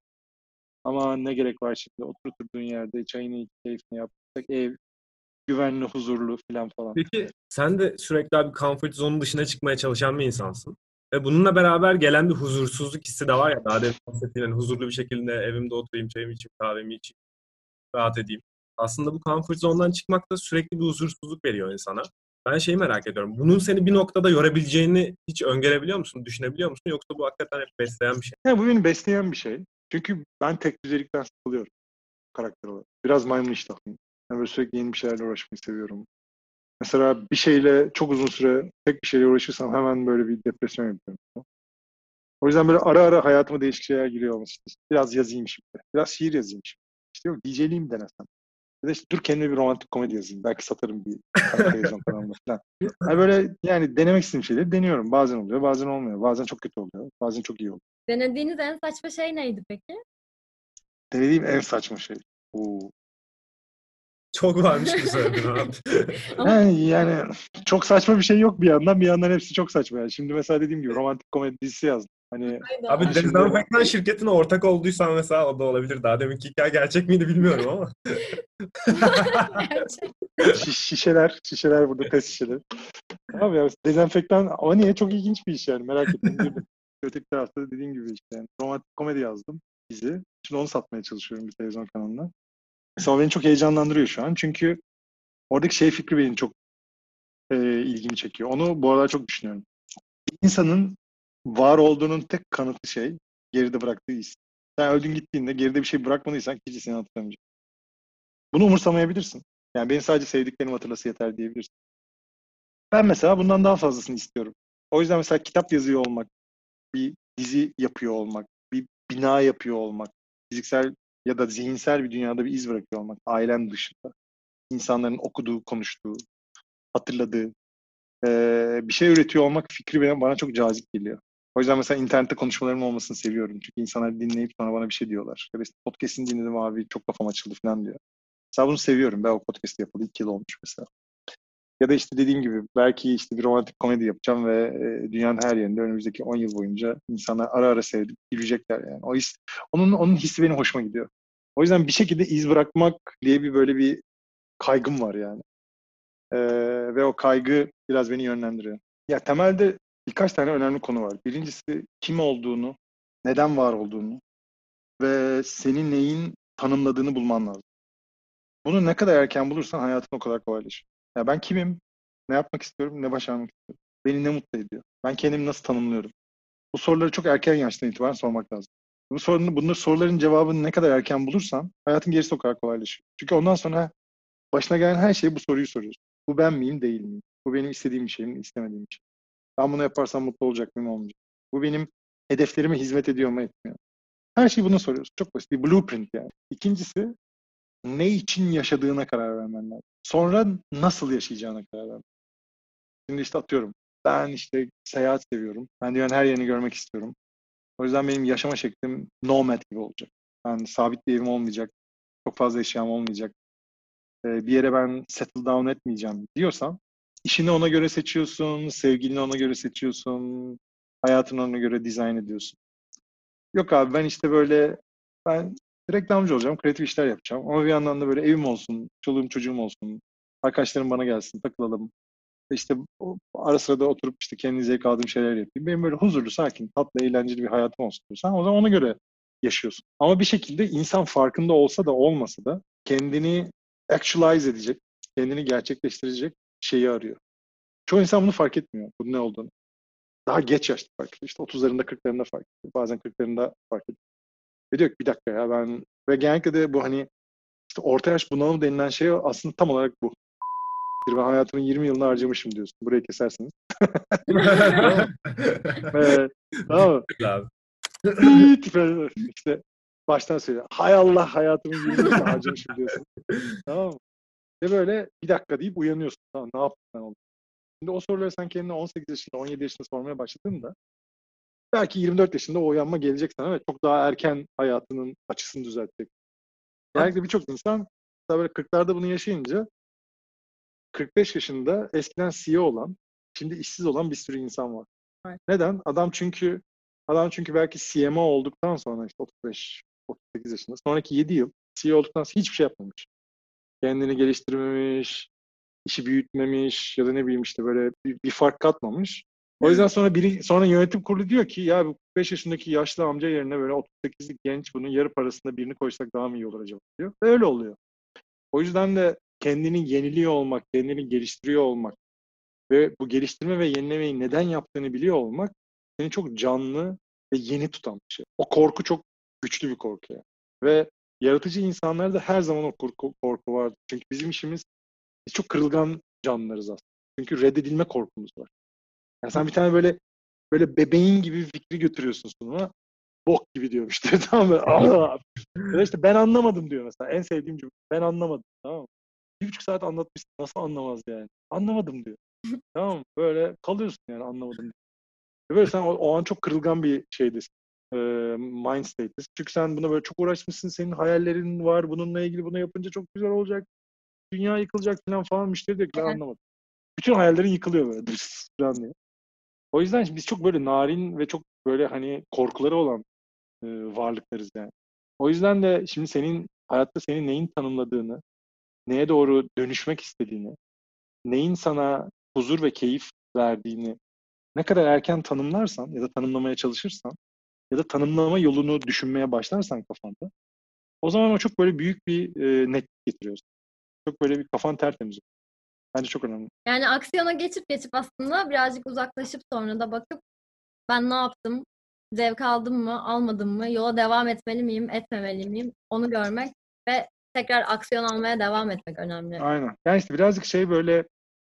Ama ne gerek var şimdi? Otur oturduğun yerde çayını iç, keyfini yap. Ev güvenli, huzurlu falan falan. Peki sen de sürekli abi comfort zone'un dışına çıkmaya çalışan bir insansın. Ve bununla beraber gelen bir huzursuzluk hissi de var ya. Daha demin bahsettiğin hani huzurlu bir şekilde evimde oturayım, çayımı içeyim, kahvemi içeyim, rahat edeyim. Aslında bu comfort zone'dan çıkmak da sürekli bir huzursuzluk veriyor insana. Ben şeyi merak ediyorum. Bunun seni bir noktada yorabileceğini hiç öngörebiliyor musun? Düşünebiliyor musun? Yoksa bu hakikaten hep besleyen bir şey. Yani bu beni besleyen bir şey. Çünkü ben tek düzelikten sıkılıyorum karakter olarak. Biraz maymun iştahlıyım. Yani böyle sürekli yeni bir şeylerle uğraşmayı seviyorum. Mesela bir şeyle çok uzun süre tek bir şeyle uğraşırsam hemen böyle bir depresyon yapıyorum. O yüzden böyle ara ara hayatıma değişik şeyler giriyor olması. İşte biraz yazayım şimdi. Biraz şiir yazayım şimdi. İşte yok D J'liğimi denesem. Ya da işte dur kendime bir romantik komedi yazayım. Belki satarım bir televizyon kanalında falan. Yani böyle yani denemek istediğim şeyleri deniyorum. Bazen oluyor, bazen olmuyor. Bazen çok kötü oluyor, bazen çok iyi oluyor. Denediğiniz en saçma şey neydi peki? Denediğim en saçma şey. Oo. Çok varmış gibi söyledin abi. Ama Yani, yani çok saçma bir şey yok bir yandan. Bir yandan hepsi çok saçma. Yani. Şimdi mesela dediğim gibi romantik komedi dizisi yazdım. Hani Abi hayda. şimdi dezenfektan şirketine ortak olduysan mesela o da olabilir. Daha deminki hikaye gerçek miydi bilmiyorum ama. Gerçek. şiş- şişeler, şişeler burada test şişeleri. Abi ya dezenfektan ama niye çok ilginç bir iş yani merak ettim girdim. Öteki tarafta da dediğim gibi işte yani romantik komedi yazdım dizi. Şimdi onu satmaya çalışıyorum bir televizyon kanalına. Mesela o beni çok heyecanlandırıyor şu an çünkü oradaki şey fikri benim çok e, ilgimi çekiyor. Onu bu aralar çok düşünüyorum. İnsanın var olduğunun tek kanıtı şey geride bıraktığı his. Sen öldün gittiğinde geride bir şey bırakmadıysan kimse seni hatırlamayacak. Bunu umursamayabilirsin. Yani beni sadece sevdiklerimi hatırlası yeter diyebilirsin. Ben mesela bundan daha fazlasını istiyorum. O yüzden mesela kitap yazıyor olmak, bir dizi yapıyor olmak, bir bina yapıyor olmak, fiziksel ya da zihinsel bir dünyada bir iz bırakıyor olmak, ailen dışında, insanların okuduğu, konuştuğu, hatırladığı, eee, bir şey üretiyor olmak fikri benim, bana çok cazip geliyor. O yüzden mesela internette konuşmalarım olmasını seviyorum. Çünkü insanlar dinleyip sonra bana bir şey diyorlar. Ya da işte podcast'ini dinledim abi, çok kafam açıldı falan diyor. Mesela bunu seviyorum. Ben o podcast yapalı iki yıl olmuş mesela. Ya da işte dediğim gibi belki işte bir romantik komedi yapacağım ve e, dünyanın her yerinde önümüzdeki on yıl boyunca insanlar ara ara seyredip gülecekler yani. O his, onun onun hissi benim hoşuma gidiyor. O yüzden bir şekilde iz bırakmak diye bir böyle bir kaygım var yani. Ee, ve o kaygı biraz beni yönlendiriyor. Ya temelde birkaç tane önemli konu var. Birincisi kim olduğunu, neden var olduğunu ve senin neyin tanımladığını bulman lazım. Bunu ne kadar erken bulursan hayatın o kadar kolaylaşır. Ya ben kimim? Ne yapmak istiyorum? Ne başarmak istiyorum? Beni ne mutlu ediyor? Ben kendimi nasıl tanımlıyorum? Bu soruları çok erken yaştan itibaren sormak lazım. Bu sorunun, bunların soruların cevabını ne kadar erken bulursan hayatın gerisi o kadar kolaylaşıyor. Çünkü ondan sonra başına gelen her şeyi bu soruyu soruyorsun. Bu ben miyim, değil miyim? Bu benim istediğim bir şey mi, istemediğim bir şey mi? Ben bunu yaparsam mutlu olacak mıyım, olmayacak? Bu benim hedeflerime hizmet ediyor mu, etmiyor mu? Her şeyi buna soruyorsun. Çok basit bir blueprint yani. İkincisi, ne için yaşadığına karar vermen lazım. Sonra nasıl yaşayacağına karar vermen. Şimdi işte atıyorum. Ben işte seyahat seviyorum. Ben dünyanın her yerini görmek istiyorum. O yüzden benim yaşama şeklim nomad gibi olacak. Yani sabit bir evim olmayacak. Çok fazla eşyam olmayacak. Ee, bir yere ben settle down etmeyeceğim diyorsan işini ona göre seçiyorsun, sevgilini ona göre seçiyorsun, hayatını ona göre dizayn ediyorsun. Yok abi ben işte böyle ben reklamcı olacağım, kreatif işler yapacağım. Ama bir yandan da böyle evim olsun, çoluğum çocuğum olsun, arkadaşlarım bana gelsin, takılalım. İşte o, ara sırada oturup işte kendi zevk aldığım şeyler yapayım. Benim böyle huzurlu, sakin, tatlı, eğlenceli bir hayatım olsun diyorsan o zaman ona göre yaşıyorsun. Ama bir şekilde insan farkında olsa da olmasa da kendini actualize edecek, kendini gerçekleştirecek şeyi arıyor. Çoğu insan bunu fark etmiyor, bunun ne olduğunu. Daha geç yaşta fark ediyor. İşte otuzlarında, kırklarında fark ediyor. Bazen kırklarında fark ediyor. Ve diyor ki bir dakika ya ben... Ve genellikle de bu hani işte orta yaş bunalım denilen şey aslında tam olarak bu. Ben hayatımın yirmi yılını harcamışım diyorsun. Burayı kesersiniz. Tamam mı? Ee, tamam mı? Abi. İşte baştan söyle. Hay Allah hayatımın yirmi yılını harcamışım diyorsun. Tamam mı? Ve böyle bir dakika deyip uyanıyorsun. Tamam, ne yaptın ben oldum? Şimdi o soruları sen kendine on sekiz yaşında, on yedi yaşında sormaya başladığında belki yirmi dört yaşında o uyanma gelecek sana ve çok daha erken hayatının açısını düzeltecek. Genellikle birçok insan daha böyle kırklarda bunu yaşayınca kırk beş yaşında eskiden C E O olan, şimdi işsiz olan bir sürü insan var. Evet. Neden? Adam çünkü adam çünkü belki C M O olduktan sonra işte otuz beş otuz sekiz yaşında sonraki yedi yıl C E O olduktan sonra hiçbir şey yapmamış. Kendini geliştirmemiş, işi büyütmemiş ya da ne bileyim işte böyle bir, bir fark katmamış. O yüzden sonra biri sonra yönetim kurulu diyor ki ya bu kırk beş yaşındaki yaşlı amca yerine böyle otuz sekizlik genç bunun yarı parasında birini koysak daha mı iyi olur acaba diyor. Ve öyle oluyor. O yüzden de kendini yeniliyor olmak, kendini geliştiriyor olmak ve bu geliştirme ve yenilemeyi neden yaptığını biliyor olmak seni çok canlı ve yeni tutan bir şey. O korku çok güçlü bir korku yani. Ve yaratıcı insanlarda her zaman o korku, korku vardır. Çünkü bizim işimiz, biz çok kırılgan canlılarız aslında. Çünkü reddedilme korkumuz var. Yani sen bir tane böyle böyle bebeğin gibi bir fikri götürüyorsun sunuma. Bok gibi diyor işte. Tamam mı? Aa! Ya da işte ben anlamadım diyor mesela. En sevdiğim cümle. Ben anlamadım. Tamam mı? Bir buçuk saat anlatmışsın. Nasıl anlamaz yani? Anlamadım diyor. Tamam mı? Böyle kalıyorsun yani anlamadım diyor. Böyle sen o, o an çok kırılgan bir şeydesin. Ee, mind state'desin. Çünkü sen buna böyle çok uğraşmışsın. Senin hayallerin var. Bununla ilgili bunu yapınca çok güzel olacak. Dünya yıkılacak falan falan. Müşteri diyor ki ben anlamadım. Bütün hayallerin yıkılıyor böyle. Dıs falan diye. O yüzden biz çok böyle narin ve çok böyle hani korkuları olan e, varlıklarız yani. O yüzden de şimdi senin hayatta senin neyin tanımladığını, neye doğru dönüşmek istediğini, neyin sana huzur ve keyif verdiğini ne kadar erken tanımlarsan ya da tanımlamaya çalışırsan ya da tanımlama yolunu düşünmeye başlarsan kafanda o zaman o çok böyle büyük bir e, netlik getiriyorsun. Çok böyle bir kafan tertemiz oluyor. Bence çok önemli. Yani aksiyona geçip geçip aslında birazcık uzaklaşıp sonra da bakıp ben ne yaptım, zevk aldım mı, almadım mı, yola devam etmeli miyim, etmemeli miyim onu görmek ve tekrar aksiyon almaya devam etmek önemli. Aynen. Yani işte birazcık şey böyle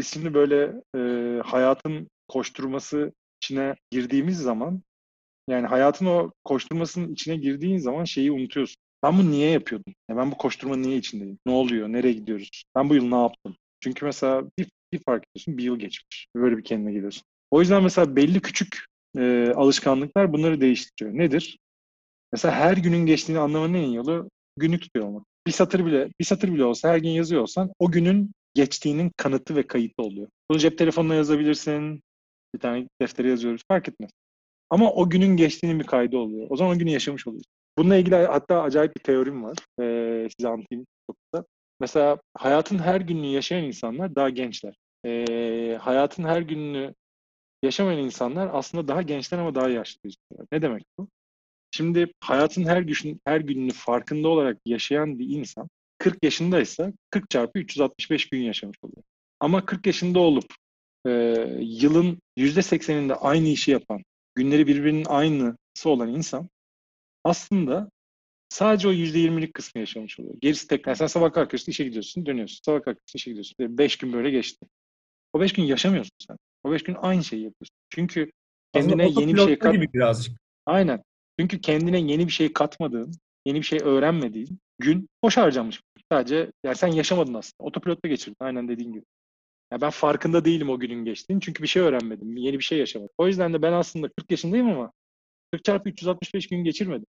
Biz şimdi böyle e, hayatın koşturması içine girdiğimiz zaman, yani hayatın o koşturmasının içine girdiğin zaman şeyi unutuyorsun. Ben bunu niye yapıyordum? Ya ben bu koşturmanın niye içindeyim? Ne oluyor? Nereye gidiyoruz? Ben bu yıl ne yaptım? Çünkü mesela bir, bir fark ediyorsun, bir yıl geçmiş. Böyle bir kendine geliyorsun. O yüzden mesela belli küçük e, alışkanlıklar bunları değiştiriyor. Nedir? Mesela her günün geçtiğini anlamanın en iyi yolu günlük tutuyor olmak. Bir satır bile, bir satır bile olsa her gün yazıyor olsan o günün geçtiğinin kanıtı ve kayıtlı oluyor. Bunu cep telefonuna yazabilirsin. Bir tane deftere yazıyoruz. Fark etmez. Ama o günün geçtiğinin bir kaydı oluyor. O zaman o günü yaşamış oluyorsun. Bununla ilgili hatta acayip bir teorim var. Ee, size anlatayım çok kısa. Mesela hayatın her gününü yaşayan insanlar daha gençler. Ee, hayatın her gününü yaşamayan insanlar aslında daha gençler ama daha yaşlı gözüküyorlar. Ne demek bu? Şimdi hayatın her gün, her gününü farkında olarak yaşayan bir insan kırk yaşındaysa kırk çarpı üç yüz altmış beş gün yaşamış oluyor. Ama kırk yaşında olup e, yılın yüzde sekseninde aynı işi yapan, günleri birbirinin aynısı olan insan aslında sadece o yüzde yirmilik kısmı yaşamış oluyor. Gerisi tekrar. Sen sabah kalkıyorsun, işe gidiyorsun, dönüyorsun. Sabah kalkıyorsun, işe gidiyorsun. Beş gün böyle geçti. O beş gün yaşamıyorsun sen. O beş gün aynı şeyi yapıyorsun. Çünkü Aslında kendine yeni bir şey otopilotta kat... gibi birazcık. Aynen. Çünkü kendine yeni bir şey katmadığın, yeni bir şey öğrenmediğin gün boş harcanmış. Sadece yani sen yaşamadın aslında. Otopilotta geçirdin. Aynen dediğin gibi. Ya ben farkında değilim o günün geçtiğini. Çünkü bir şey öğrenmedim. Yeni bir şey yaşamadım. O yüzden de ben aslında kırk yaşındayım ama kırk çarpı üç yüz altmış beş gün geçirmedim.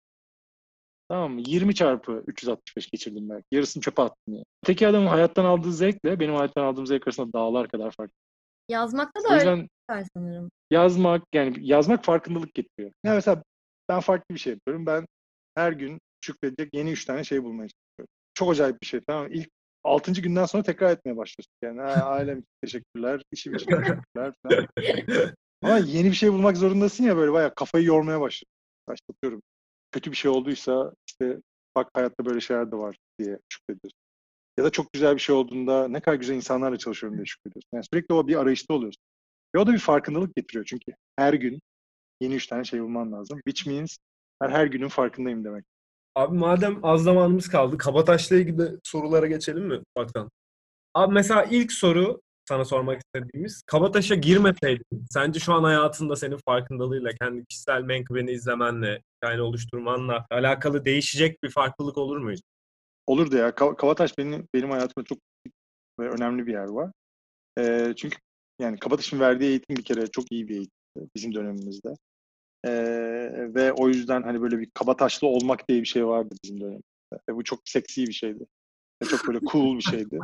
Tamam mı? yirmi çarpı üç yüz altmış beş geçirdim belki. Yarısını çöpe attım ya. Öteki adamın hayattan aldığı zevkle benim hayattan aldığım zevk arasında dağlar kadar fark. Yazmakta O da öyle yüzden var sanırım. yazmak, yani yazmak farkındalık getiriyor. Yani mesela ben farklı bir şey yapıyorum. Ben her gün şükredecek yeni üç tane şey bulmaya çalışıyorum. Çok acayip bir şey, tamam mı? İlk altıncı günden sonra tekrar etmeye başlıyorsun. Yani ha, ailem için teşekkürler, işim için teşekkürler falan. Ama yeni bir şey bulmak zorundasın ya, böyle bayağı kafayı yormaya başlıyorsun. Başlatıyorum. Kötü bir şey olduysa işte bak hayatta böyle şeyler de var diye şükrediyorsun. Ya da çok güzel bir şey olduğunda ne kadar güzel insanlarla çalışıyorum diye şükrediyorsun. Yani sürekli o bir arayışta oluyorsun. Ve o da bir farkındalık getiriyor çünkü her gün yeni üç tane şey bulman lazım. Which means ben her günün farkındayım demek. Abi madem az zamanımız kaldı, Kabataş'la ilgili sorulara geçelim mi ufaktan? Abi mesela ilk soru sana sormak istediğimiz, Kabataş'a girmeseydin, sence şu an hayatında senin farkındalığıyla, kendi kişisel menkıbeni izlemenle, hikayeni oluşturmanla alakalı değişecek bir farklılık olur muydu? Olurdu ya. Ka- Kabataş benim benim hayatımda çok ve önemli bir yer var. Ee, çünkü yani Kabataş'ın verdiği eğitim bir kere çok iyi bir eğitim bizim dönemimizde. Ee, ve o yüzden hani böyle bir Kabataşlı olmak diye bir şey vardı bizim dönemimizde. Ve bu çok seksi bir şeydi. Ve çok böyle cool bir şeydi.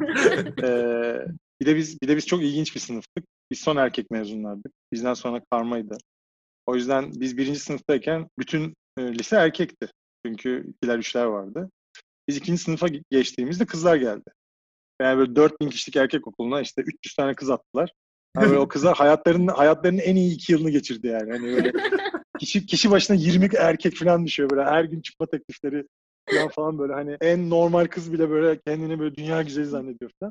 Ee, bir de biz bir de biz çok ilginç bir sınıftık. Biz son erkek mezunlardık. Bizden sonra karmaydı. O yüzden biz birinci sınıftayken bütün e, lise erkekti. Çünkü ikiler üçler vardı. Biz ikinci sınıfa geçtiğimizde kızlar geldi. Yani böyle dört bin kişilik erkek okuluna işte üç yüz tane kız attılar. Yani böyle o kızlar hayatlarının hayatlarının en iyi iki yılını geçirdi yani. Hani böyle kişi kişi başına yirmi erkek falan düşüyor böyle. Her gün çıkma teklifleri falan falan böyle hani en normal kız bile böyle kendini böyle dünya güzeli zannediyor falan.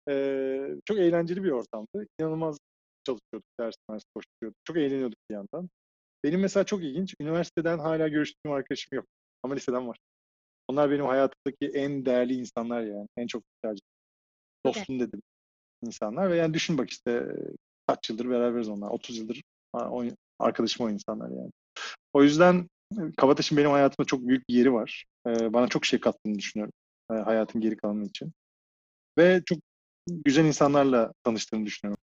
Ee, çok eğlenceli bir ortamdı. İnanılmaz çalışıyorduk, ders ders koşturuyorduk. Çok eğleniyorduk bir yandan. Benim mesela çok ilginç, üniversiteden hala görüştüğüm arkadaşım yok. Ama liseden var. Onlar benim hayatımdaki en değerli insanlar yani. En çok tercih. Dostum dedim insanlar. Ve yani düşün bak işte kaç yıldır beraberiz onlar. otuz yıldır o, arkadaşım o insanlar yani. O yüzden Kabataş'ın benim hayatımda çok büyük bir yeri var. Ee, bana çok şey kattığını düşünüyorum. E, hayatın geri kalanı için. Ve çok güzel insanlarla tanıştığını düşünüyorum.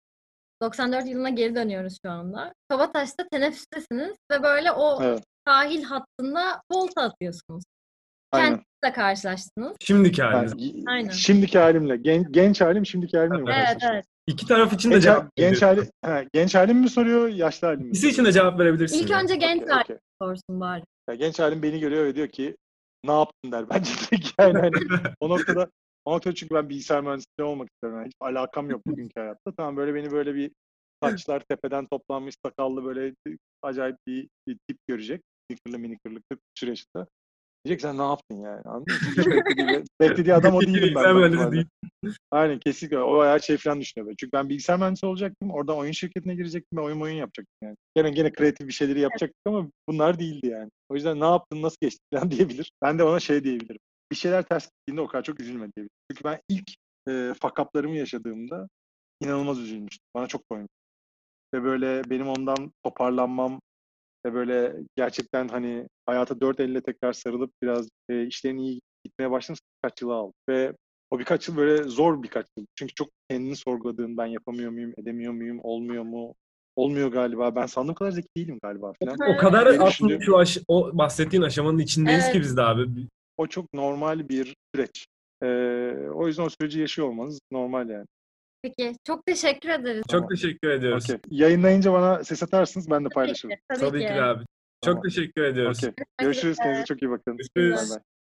doksan dört yılına geri dönüyoruz şu anda. Kabataş'ta teneffüstesiniz ve böyle o Evet, sahil hattında volta atıyorsunuz. aynen. Kendinizle karşılaştınız. Şimdiki haliniz. Yani, Aynen. şimdiki halimle, gen, genç halim şimdiki halimle mi Evet, karşılaştım? evet. İki taraf için de Genç, cevap genç, verebilirsin. hali, he, genç halim mi soruyor, yaşlı halim mi İkisi için soruyor? de cevap verebilirsin İlk ya. önce genç Okey, hali okey. sorsun bari. Ya genç halim beni görüyor ve diyor ki ne yaptın der bence direkt yani hani o noktada o noktada çünkü ben bilgisayar mühendisliği olmak istiyorum. Yani hiç alakam yok bugünkü hayatta. Tamam böyle beni böyle bir saçlar tepeden toplanmış sakallı böyle acayip bir, bir tip görecek. Snickerlı minikırlı kırk süreçte. Diyecek sen ne yaptın yani anladın mı? Çünkü hiç beklediği, beklediği adam o değilim ben Sen bak bu mühendisi arada. değil. Aynen kesinlikle. O ayağı şey falan düşünüyor böyle. Çünkü ben bilgisayar mühendisi olacaktım. Oradan oyun şirketine girecektim ve oyun oyun yapacaktım yani. Gene gene kreatif bir şeyleri yapacaktık ama bunlar değildi yani. O yüzden ne yaptın, nasıl geçti falan diyebilir. Ben de ona şey diyebilirim. Bir şeyler ters gittiğinde o kadar çok üzülme diyebilirim. Çünkü ben ilk e, fuck up'larımı yaşadığımda inanılmaz üzülmüştüm. Bana çok koymuş. Ve böyle benim ondan toparlanmam ve böyle gerçekten hani hayata dört elle tekrar sarılıp biraz e, işlerin iyi gitmeye başlaması birkaç yılı aldı. Ve o birkaç yıl böyle zor birkaç yıl. Çünkü çok kendini sorguladığın, ben yapamıyor muyum, edemiyor muyum, olmuyor mu? Olmuyor galiba. Ben sandığım kadar zeki değilim galiba falan. O kadar diye aslında düşündüğüm, şu aş- o bahsettiğin aşamanın içindeyiz Evet. ki biz de abi. o çok normal bir süreç. Ee, o yüzden o süreci yaşıyor olmanız normal yani. Peki. Çok teşekkür ederiz. Çok Tamam. teşekkür ediyoruz. Okey. Yayınlayınca bana ses atarsınız, ben de paylaşırım. Tabii Tabii ki. ki de abi. Tamam. Çok teşekkür ediyoruz. Okey. Görüşürüz. Kendinize çok iyi bakın. Görüşürüz. Bay bay.